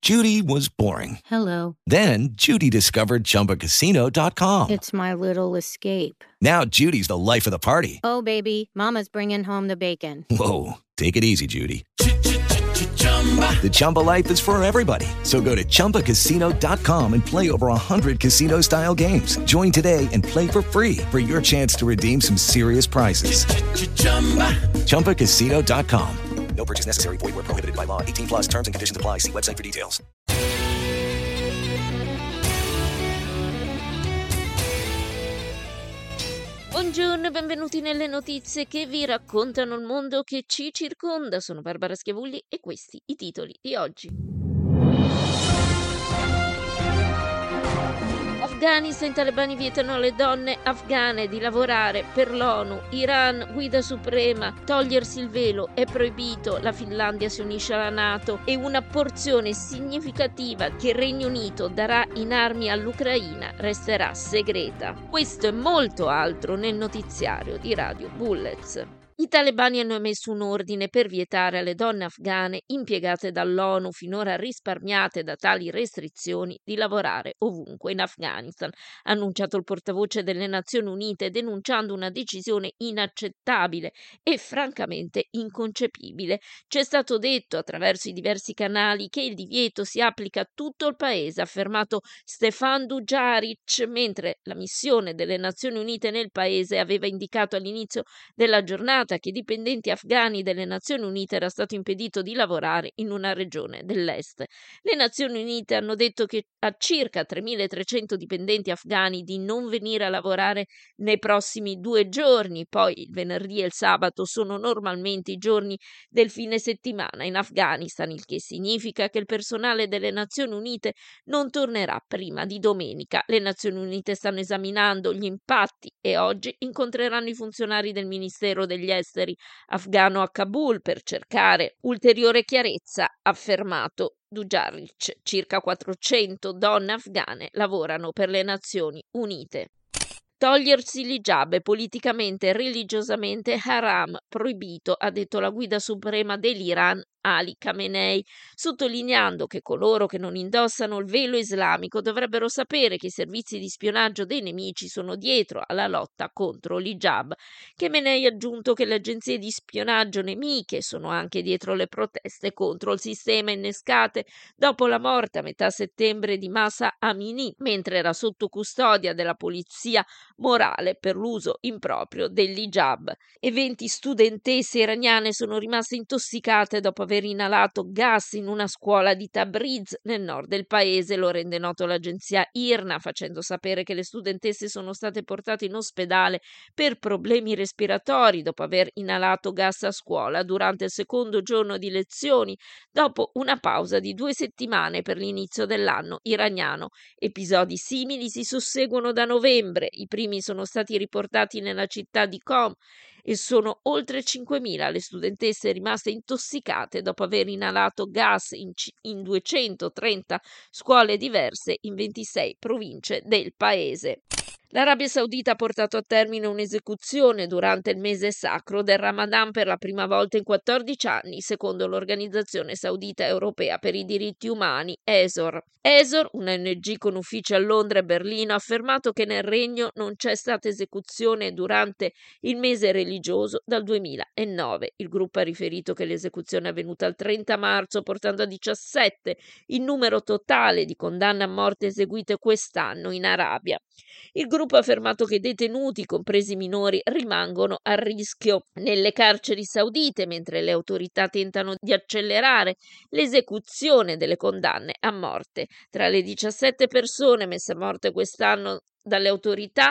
Judy was boring. Hello. Then Judy discovered ChumbaCasino.com. It's my little escape. Now Judy's the life of the party. Oh, baby, mama's bringing home the bacon. Whoa, take it easy, Judy. The Chumba life is for everybody. So go to ChumbaCasino.com and play over 100 casino-style games. Join today and play for free for your chance to redeem some serious prizes. ChumbaCasino.com. No purchase necessary. Void where prohibited by law. 18 plus terms and conditions apply. See website for details. Buongiorno e benvenuti nelle notizie che vi raccontano il mondo che ci circonda. Sono Barbara Schiavulli e questi i titoli di oggi. Afghanistan, i talebani vietano alle donne afghane di lavorare per l'ONU. Iran, guida suprema, togliersi il velo è proibito. La Finlandia si unisce alla NATO e una porzione significativa che il Regno Unito darà in armi all'Ucraina resterà segreta. Questo e molto altro nel notiziario di Radio Bullets. I talebani hanno emesso un ordine per vietare alle donne afghane impiegate dall'ONU, finora risparmiate da tali restrizioni, di lavorare ovunque in Afghanistan, ha annunciato il portavoce delle Nazioni Unite, denunciando una decisione inaccettabile e francamente inconcepibile. Ci è stato detto attraverso i diversi canali che il divieto si applica a tutto il paese, ha affermato Stefan Dujarric, mentre la missione delle Nazioni Unite nel paese aveva indicato all'inizio della giornata che i dipendenti afghani delle Nazioni Unite era stato impedito di lavorare in una regione dell'est. Le Nazioni Unite hanno detto che a circa 3.300 dipendenti afghani di non venire a lavorare nei prossimi 2 giorni, poi il venerdì e il sabato sono normalmente i giorni del fine settimana in Afghanistan, il che significa che il personale delle Nazioni Unite non tornerà prima di domenica. Le Nazioni Unite stanno esaminando gli impatti e oggi incontreranno i funzionari del Ministero degli Esteri afghano a Kabul per cercare ulteriore chiarezza, ha affermato Dujarric. Circa 400 donne afghane lavorano per le Nazioni Unite. Togliersi l'hijab è politicamente e religiosamente haram, proibito, ha detto la guida suprema dell'Iran Ali Khamenei, sottolineando che coloro che non indossano il velo islamico dovrebbero sapere che i servizi di spionaggio dei nemici sono dietro alla lotta contro l'hijab. Khamenei ha aggiunto che le agenzie di spionaggio nemiche sono anche dietro le proteste contro il sistema innescate dopo la morte a metà settembre di Mahsa Amini, mentre era sotto custodia della polizia morale per l'uso improprio dell'hijab. E 20 studentesse iraniane sono rimaste intossicate dopo aver inalato gas in una scuola di Tabriz nel nord del paese, lo rende noto l'agenzia IRNA, facendo sapere che le studentesse sono state portate in ospedale per problemi respiratori dopo aver inalato gas a scuola durante il secondo giorno di lezioni, dopo una pausa di 2 settimane per l'inizio dell'anno iraniano. Episodi simili si susseguono da novembre, i primi sono stati riportati nella città di Qom e sono oltre 5.000 le studentesse rimaste intossicate dopo aver inalato gas in 230 scuole diverse in 26 province del paese. L'Arabia Saudita ha portato a termine un'esecuzione durante il mese sacro del Ramadan per la prima volta in 14 anni, secondo l'Organizzazione Saudita Europea per i diritti umani, ESOR. ESOR, una ONG con uffici a Londra e Berlino, ha affermato che nel regno non c'è stata esecuzione durante il mese religioso dal 2009. Il gruppo ha riferito che l'esecuzione è avvenuta il 30 marzo, portando a 17 il numero totale di condanne a morte eseguite quest'anno in Arabia. Il gruppo ha affermato che i detenuti, compresi minori, rimangono a rischio nelle carceri saudite, mentre le autorità tentano di accelerare l'esecuzione delle condanne a morte. Tra le 17 persone messe a morte quest'anno dalle autorità,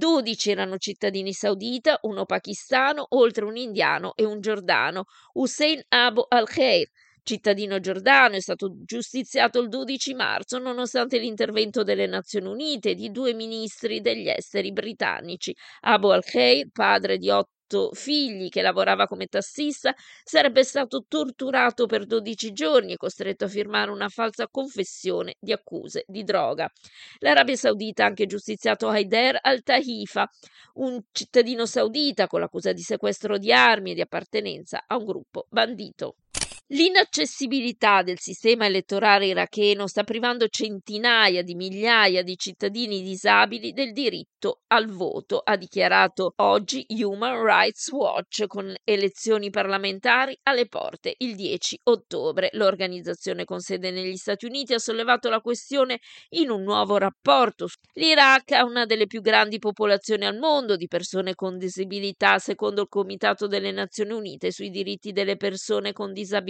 12 erano cittadini saudita, uno pakistano, oltre un indiano e un giordano. Hussein Abu al-Khair, cittadino giordano, è stato giustiziato il 12 marzo nonostante l'intervento delle Nazioni Unite e di 2 ministri degli esteri britannici. Abu al-Khair, padre di 8 figli che lavorava come tassista, sarebbe stato torturato per 12 giorni e costretto a firmare una falsa confessione di accuse di droga. L'Arabia Saudita ha anche giustiziato Haider al-Tahifa, un cittadino saudita con l'accusa di sequestro di armi e di appartenenza a un gruppo bandito. L'inaccessibilità del sistema elettorale iracheno sta privando centinaia di migliaia di cittadini disabili del diritto al voto, ha dichiarato oggi Human Rights Watch, con elezioni parlamentari alle porte il 10 ottobre. L'organizzazione con sede negli Stati Uniti ha sollevato la questione in un nuovo rapporto. L'Iraq ha una delle più grandi popolazioni al mondo di persone con disabilità, secondo il Comitato delle Nazioni Unite sui diritti delle persone con disabilità.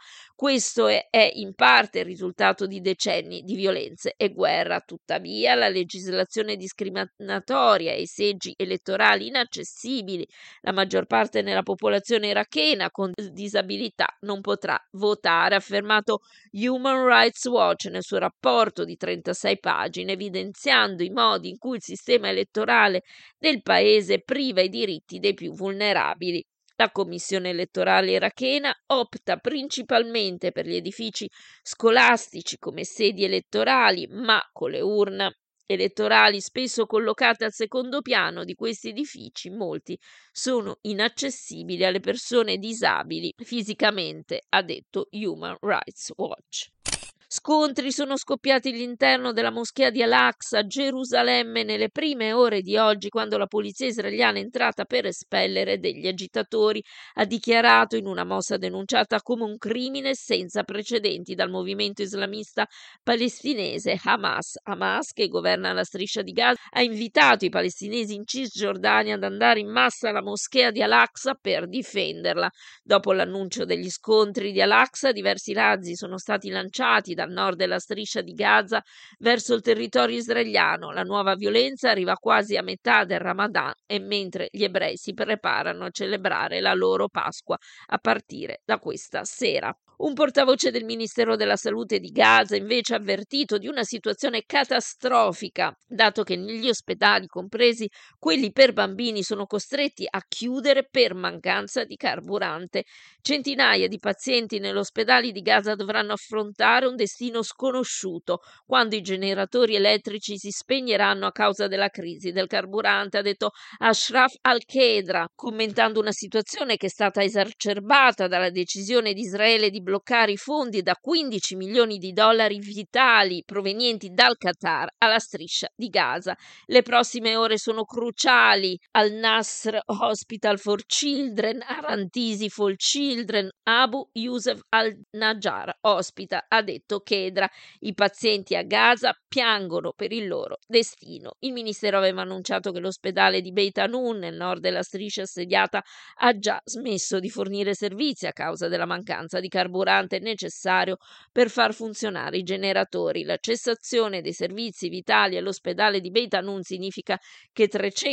Questo è in parte il risultato di decenni di violenze e guerra. Tuttavia, la legislazione discriminatoria e i seggi elettorali inaccessibili, la maggior parte della popolazione irachena con disabilità non potrà votare, ha affermato Human Rights Watch nel suo rapporto di 36 pagine, evidenziando i modi in cui il sistema elettorale del paese priva i diritti dei più vulnerabili. La commissione elettorale irachena opta principalmente per gli edifici scolastici come sedi elettorali, ma con le urne elettorali spesso collocate al secondo piano di questi edifici, molti sono inaccessibili alle persone disabili fisicamente, ha detto Human Rights Watch. Scontri sono scoppiati all'interno della moschea di Al-Aqsa a Gerusalemme nelle prime ore di oggi, quando la polizia israeliana è entrata per espellere degli agitatori, ha dichiarato in una mossa denunciata come un crimine senza precedenti dal movimento islamista palestinese Hamas. Hamas, che governa la striscia di Gaza, ha invitato i palestinesi in Cisgiordania ad andare in massa alla moschea di Al-Aqsa per difenderla. Dopo l'annuncio degli scontri di Al-Aqsa, diversi razzi sono stati lanciati dal nord della striscia di Gaza verso il territorio israeliano. La nuova violenza arriva quasi a metà del Ramadan e mentre gli ebrei si preparano a celebrare la loro Pasqua a partire da questa sera. Un portavoce del Ministero della Salute di Gaza invece ha avvertito di una situazione catastrofica, dato che negli ospedali, compresi quelli per bambini, sono costretti a chiudere per mancanza di carburante. Centinaia di pazienti negli ospedali di Gaza dovranno affrontare un destino sconosciuto quando i generatori elettrici si spegneranno a causa della crisi del carburante, ha detto Ashraf Al-Qedra, commentando una situazione che è stata esacerbata dalla decisione di Israele di bloccare i fondi da 15 milioni di dollari vitali provenienti dal Qatar alla striscia di Gaza. Le prossime ore sono cruciali. Al-Nasr Hospital for Children, Arantisi for Children, Abu Yusuf al-Najjar ospita, ha detto Qedra. I pazienti a Gaza piangono per il loro destino. Il ministero aveva annunciato che l'ospedale di Beit Hanun, nel nord della striscia assediata, ha già smesso di fornire servizi a causa della mancanza di carburante necessario per far funzionare i generatori. La cessazione dei servizi vitali all'ospedale di Beit Hanun significa che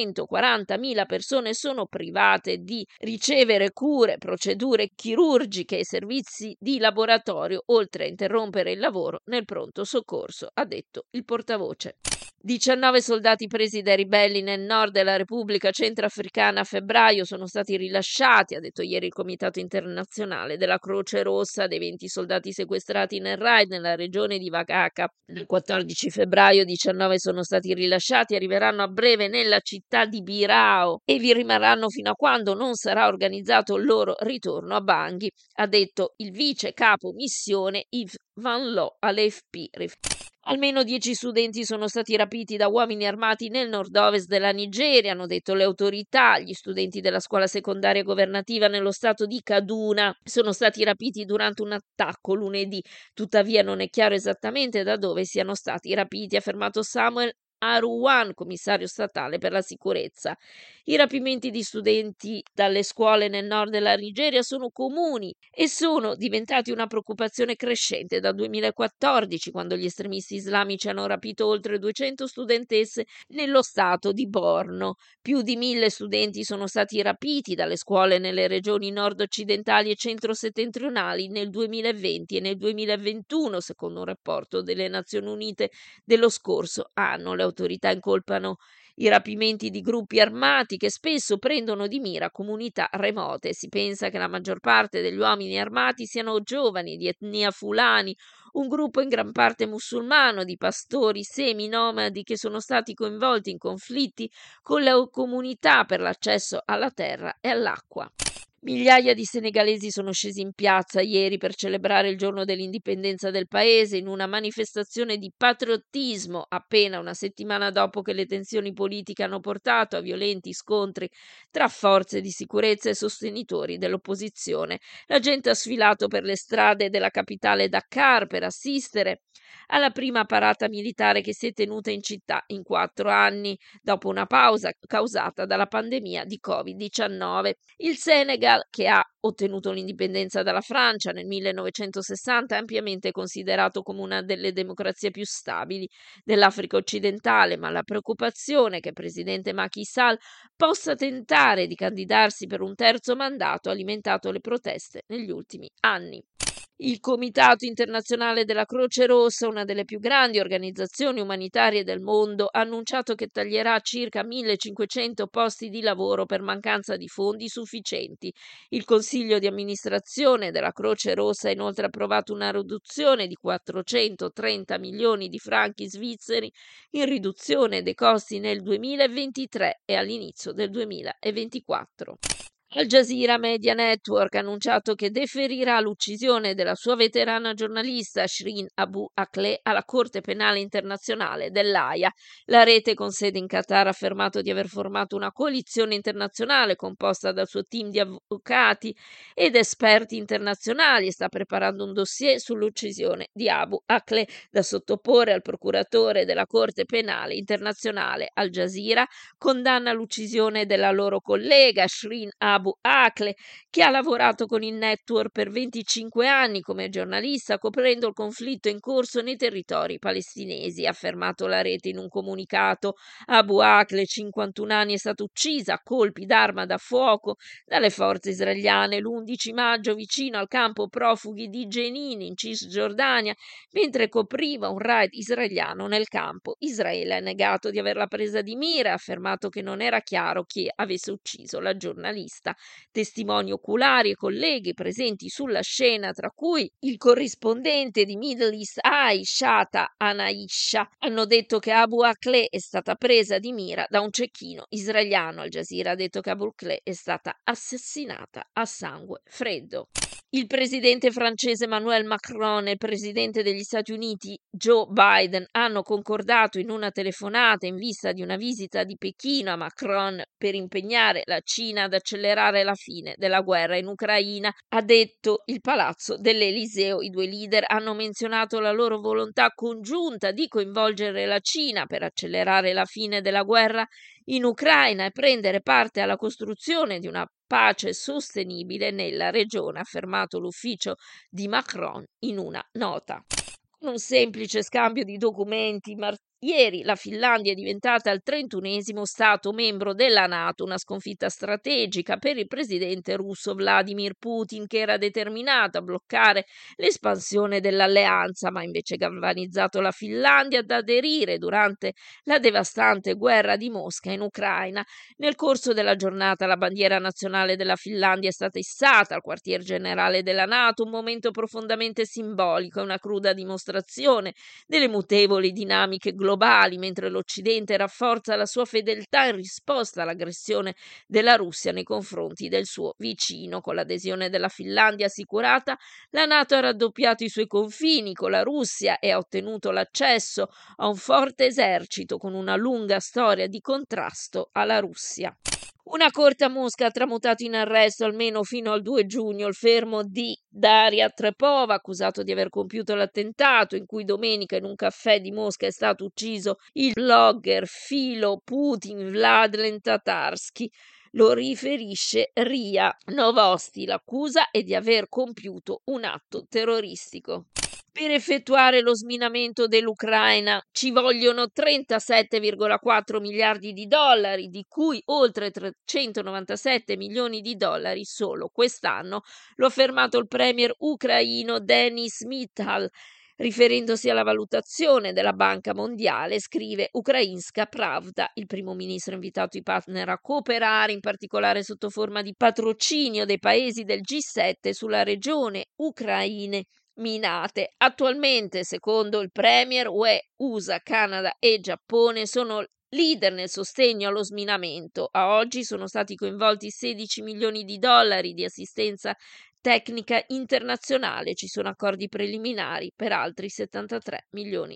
340.000 persone sono private di ricevere cure, procedure chirurgiche e servizi di laboratorio, oltre a interrompere il lavoro nel pronto soccorso, ha detto il portavoce. 19 soldati presi dai ribelli nel nord della Repubblica Centrafricana a febbraio sono stati rilasciati, ha detto ieri il Comitato Internazionale della Croce Rossa, dei 20 soldati sequestrati nel raid nella regione di Wakaka. Il 14 febbraio 19 sono stati rilasciati e arriveranno a breve nella città di Birao e vi rimarranno fino a quando non sarà organizzato il loro ritorno a Bangui, ha detto il vice capo missione Yves Van Loo all'AFP. Almeno 10 studenti sono stati rapiti da uomini armati nel nord-ovest della Nigeria, hanno detto le autorità. Gli studenti della scuola secondaria governativa nello stato di Kaduna sono stati rapiti durante un attacco lunedì. Tuttavia non è chiaro esattamente da dove siano stati rapiti, ha affermato Samuel Aruwan, commissario statale per la sicurezza. I rapimenti di studenti dalle scuole nel nord della Nigeria sono comuni e sono diventati una preoccupazione crescente dal 2014, quando gli estremisti islamici hanno rapito oltre 200 studentesse nello stato di Borno. Più di 1.000 studenti sono stati rapiti dalle scuole nelle regioni nord-occidentali e centro-settentrionali nel 2020 e nel 2021, secondo un rapporto delle Nazioni Unite dello scorso anno. Le autorità incolpano i rapimenti di gruppi armati che spesso prendono di mira comunità remote. Si pensa che la maggior parte degli uomini armati siano giovani di etnia Fulani, un gruppo in gran parte musulmano di pastori semi-nomadi che sono stati coinvolti in conflitti con le comunità per l'accesso alla terra e all'acqua. Migliaia di senegalesi sono scesi in piazza ieri per celebrare il giorno dell'indipendenza del paese in una manifestazione di patriottismo, appena una settimana dopo che le tensioni politiche hanno portato a violenti scontri tra forze di sicurezza e sostenitori dell'opposizione. La gente ha sfilato per le strade della capitale Dakar per assistere alla prima parata militare che si è tenuta in città in 4 anni, dopo una pausa causata dalla pandemia di Covid-19. Il Senegal, che ha ottenuto l'indipendenza dalla Francia nel 1960, è ampiamente considerato come una delle democrazie più stabili dell'Africa occidentale, ma la preoccupazione che il presidente Macky Sall possa tentare di candidarsi per un terzo mandato ha alimentato le proteste negli ultimi anni. Il Comitato Internazionale della Croce Rossa, una delle più grandi organizzazioni umanitarie del mondo, ha annunciato che taglierà circa 1.500 posti di lavoro per mancanza di fondi sufficienti. Il Consiglio di amministrazione della Croce Rossa ha inoltre approvato una riduzione di 430 milioni di franchi svizzeri in riduzione dei costi nel 2023 e all'inizio del 2024. Al Jazeera Media Network ha annunciato che deferirà l'uccisione della sua veterana giornalista Shireen Abu Akleh alla Corte Penale Internazionale dell'Aia. La rete con sede in Qatar ha affermato di aver formato una coalizione internazionale composta dal suo team di avvocati ed esperti internazionali e sta preparando un dossier sull'uccisione di Abu Akleh da sottoporre al procuratore della Corte Penale Internazionale. Al Jazeera condanna l'uccisione della loro collega Shireen Abu Akleh, che ha lavorato con il network per 25 anni come giornalista, coprendo il conflitto in corso nei territori palestinesi, ha affermato la rete in un comunicato. Abu Akleh, 51 anni, è stata uccisa a colpi d'arma da fuoco dalle forze israeliane l'11 maggio vicino al campo profughi di Jenin in Cisgiordania, mentre copriva un raid israeliano nel campo. Israele ha negato di averla presa di mira, ha affermato che non era chiaro chi avesse ucciso la giornalista. Testimoni oculari e colleghi presenti sulla scena, tra cui il corrispondente di Middle East Eye, Shata Anaisha, hanno detto che Abu Akleh è stata presa di mira da un cecchino israeliano. Al Jazeera ha detto che Abu Akleh è stata assassinata a sangue freddo. Il presidente francese Emmanuel Macron e il presidente degli Stati Uniti Joe Biden hanno concordato in una telefonata in vista di una visita di Pechino a Macron per impegnare la Cina ad accelerare la fine della guerra in Ucraina, ha detto il Palazzo dell'Eliseo. I due leader hanno menzionato la loro volontà congiunta di coinvolgere la Cina per accelerare la fine della guerra in Ucraina e prendere parte alla costruzione di una pace sostenibile nella regione, ha affermato l'ufficio di Macron in una nota. Con un semplice scambio di documenti, ieri la Finlandia è diventata il 31esimo Stato membro della NATO, una sconfitta strategica per il presidente russo Vladimir Putin, che era determinato a bloccare l'espansione dell'alleanza, ma invece galvanizzato la Finlandia ad aderire durante la devastante guerra di Mosca in Ucraina. Nel corso della giornata la bandiera nazionale della Finlandia è stata issata al quartier generale della NATO, un momento profondamente simbolico e una cruda dimostrazione delle mutevoli dinamiche globali, mentre l'Occidente rafforza la sua fedeltà in risposta all'aggressione della Russia nei confronti del suo vicino. Con l'adesione della Finlandia assicurata, la NATO ha raddoppiato i suoi confini con la Russia e ha ottenuto l'accesso a un forte esercito con una lunga storia di contrasto alla Russia. Una corte a Mosca ha tramutato in arresto almeno fino al 2 giugno il fermo di Daria Trepova, accusato di aver compiuto l'attentato in cui domenica in un caffè di Mosca è stato ucciso il blogger filo Putin Vladlen Tatarsky. Lo riferisce RIA Novosti. L'accusa è di aver compiuto un atto terroristico. Per effettuare lo sminamento dell'Ucraina ci vogliono 37,4 miliardi di dollari, di cui oltre 397 milioni di dollari solo quest'anno, lo ha affermato il premier ucraino Denis Mithal, riferendosi alla valutazione della Banca Mondiale. Scrive Ukrainska Pravda. Il primo ministro ha invitato i partner a cooperare, in particolare sotto forma di patrocinio dei paesi del G7 sulla regione ucraine minate. Attualmente, secondo il premier, UE, USA, Canada e Giappone sono leader nel sostegno allo sminamento. A oggi sono stati coinvolti $16 milioni di assistenza tecnica internazionale. Ci sono accordi preliminari per altri $73 milioni.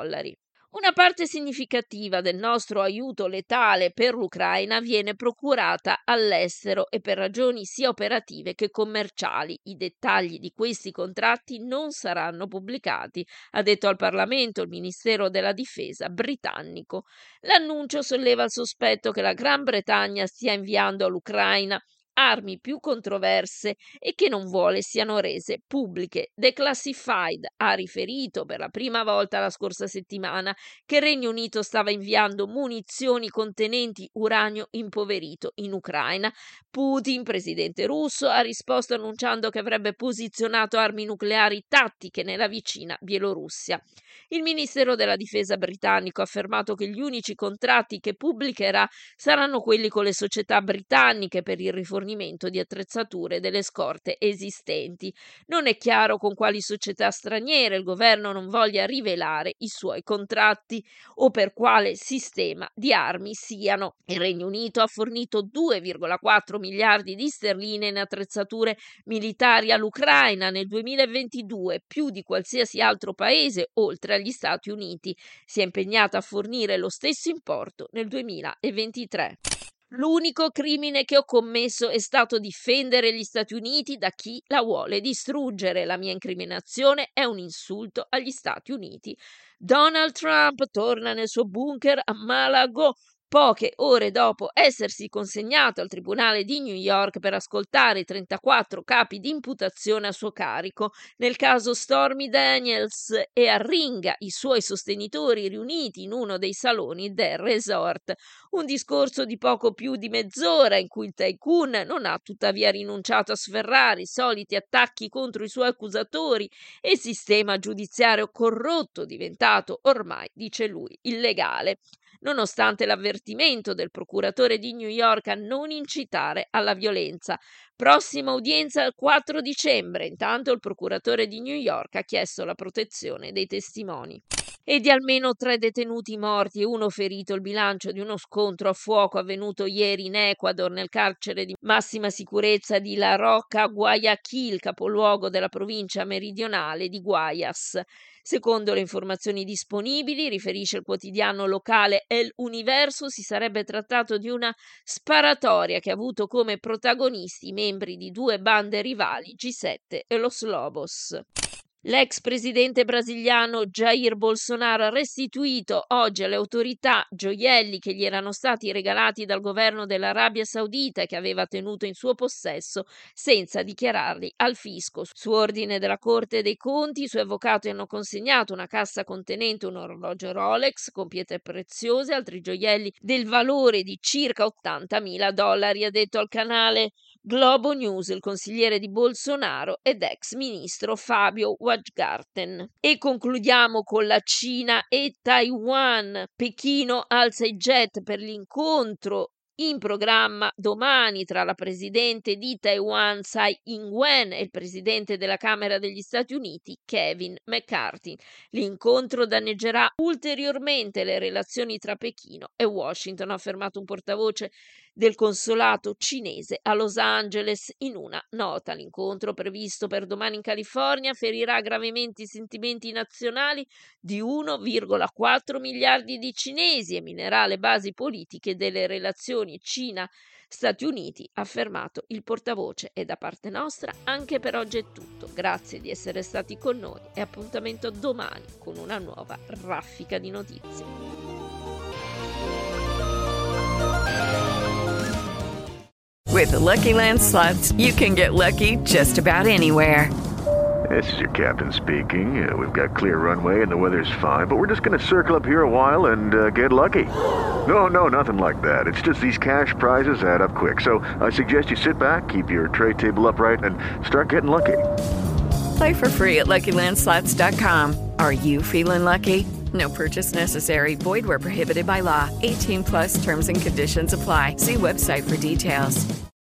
Una parte significativa del nostro aiuto letale per l'Ucraina viene procurata all'estero e per ragioni sia operative che commerciali. I dettagli di questi contratti non saranno pubblicati, ha detto al Parlamento il Ministero della Difesa britannico. L'annuncio solleva il sospetto che la Gran Bretagna stia inviando all'Ucraina armi più controverse e che non vuole siano rese pubbliche. The Classified ha riferito per la prima volta la scorsa settimana che il Regno Unito stava inviando munizioni contenenti uranio impoverito in Ucraina. Putin, presidente russo, ha risposto annunciando che avrebbe posizionato armi nucleari tattiche nella vicina Bielorussia. Il Ministero della Difesa britannico ha affermato che gli unici contratti che pubblicherà saranno quelli con le società britanniche per il rifornimento di attrezzature delle scorte esistenti. Non è chiaro con quali società straniere il governo non voglia rivelare i suoi contratti o per quale sistema di armi siano. Il Regno Unito ha fornito 2,4 miliardi di sterline in attrezzature militari all'Ucraina nel 2022, più di qualsiasi altro paese oltre agli Stati Uniti. Si è impegnata a fornire lo stesso importo nel 2023. L'unico crimine che ho commesso è stato difendere gli Stati Uniti da chi la vuole distruggere. La mia incriminazione è un insulto agli Stati Uniti. Donald Trump torna nel suo bunker a Mar-a-Lago poche ore dopo essersi consegnato al Tribunale di New York per ascoltare i 34 capi di imputazione a suo carico nel caso Stormy Daniels e arringa i suoi sostenitori riuniti in uno dei saloni del resort. Un discorso di poco più di mezz'ora in cui il tycoon non ha tuttavia rinunciato a sferrare i soliti attacchi contro i suoi accusatori e il sistema giudiziario corrotto diventato ormai, dice lui, illegale. Nonostante l'avvertimento del procuratore di New York a non incitare alla violenza. Prossima udienza il 4 dicembre. Intanto il procuratore di New York ha chiesto la protezione dei testimoni. E di almeno 3 detenuti morti e 1 ferito il bilancio di uno scontro a fuoco avvenuto ieri in Ecuador nel carcere di massima sicurezza di La Roca, Guayaquil, capoluogo della provincia meridionale di Guayas. Secondo le informazioni disponibili, riferisce il quotidiano locale El Universo, si sarebbe trattato di una sparatoria che ha avuto come protagonisti i membri di 2 bande rivali, G7 e Los Lobos. L'ex presidente brasiliano Jair Bolsonaro ha restituito oggi alle autorità gioielli che gli erano stati regalati dal governo dell'Arabia Saudita e che aveva tenuto in suo possesso senza dichiararli al fisco. Su ordine della Corte dei Conti, i suoi avvocati hanno consegnato una cassa contenente un orologio Rolex con pietre preziose e altri gioielli del valore di circa $80.000, ha detto al canale Globo News il consigliere di Bolsonaro ed ex ministro Fabio Wajgarten. E concludiamo con la Cina e Taiwan. Pechino alza i jet per l'incontro in programma domani tra la presidente di Taiwan Tsai Ing-wen e il presidente della Camera degli Stati Uniti Kevin McCarthy. L'incontro danneggerà ulteriormente le relazioni tra Pechino e Washington, ha affermato un portavoce del consolato cinese a Los Angeles in una nota. L'incontro previsto per domani in California ferirà gravemente i sentimenti nazionali di 1,4 miliardi di cinesi e minerà le basi politiche delle relazioni Cina-Stati Uniti, ha affermato il portavoce. E da parte nostra anche per oggi è tutto. Grazie di essere stati con noi e appuntamento domani con una nuova raffica di notizie. With the Lucky Land Slots, you can get lucky just about anywhere. This is your captain speaking. We've got clear runway and the weather's fine, but we're just going to circle up here a while and get lucky. No, nothing like that. It's just these cash prizes add up quick. So I suggest you sit back, keep your tray table upright, and start getting lucky. Play for free at LuckyLandSlots.com. Are you feeling lucky? No purchase necessary. Void where prohibited by law. 18+ terms and conditions apply. See website for details.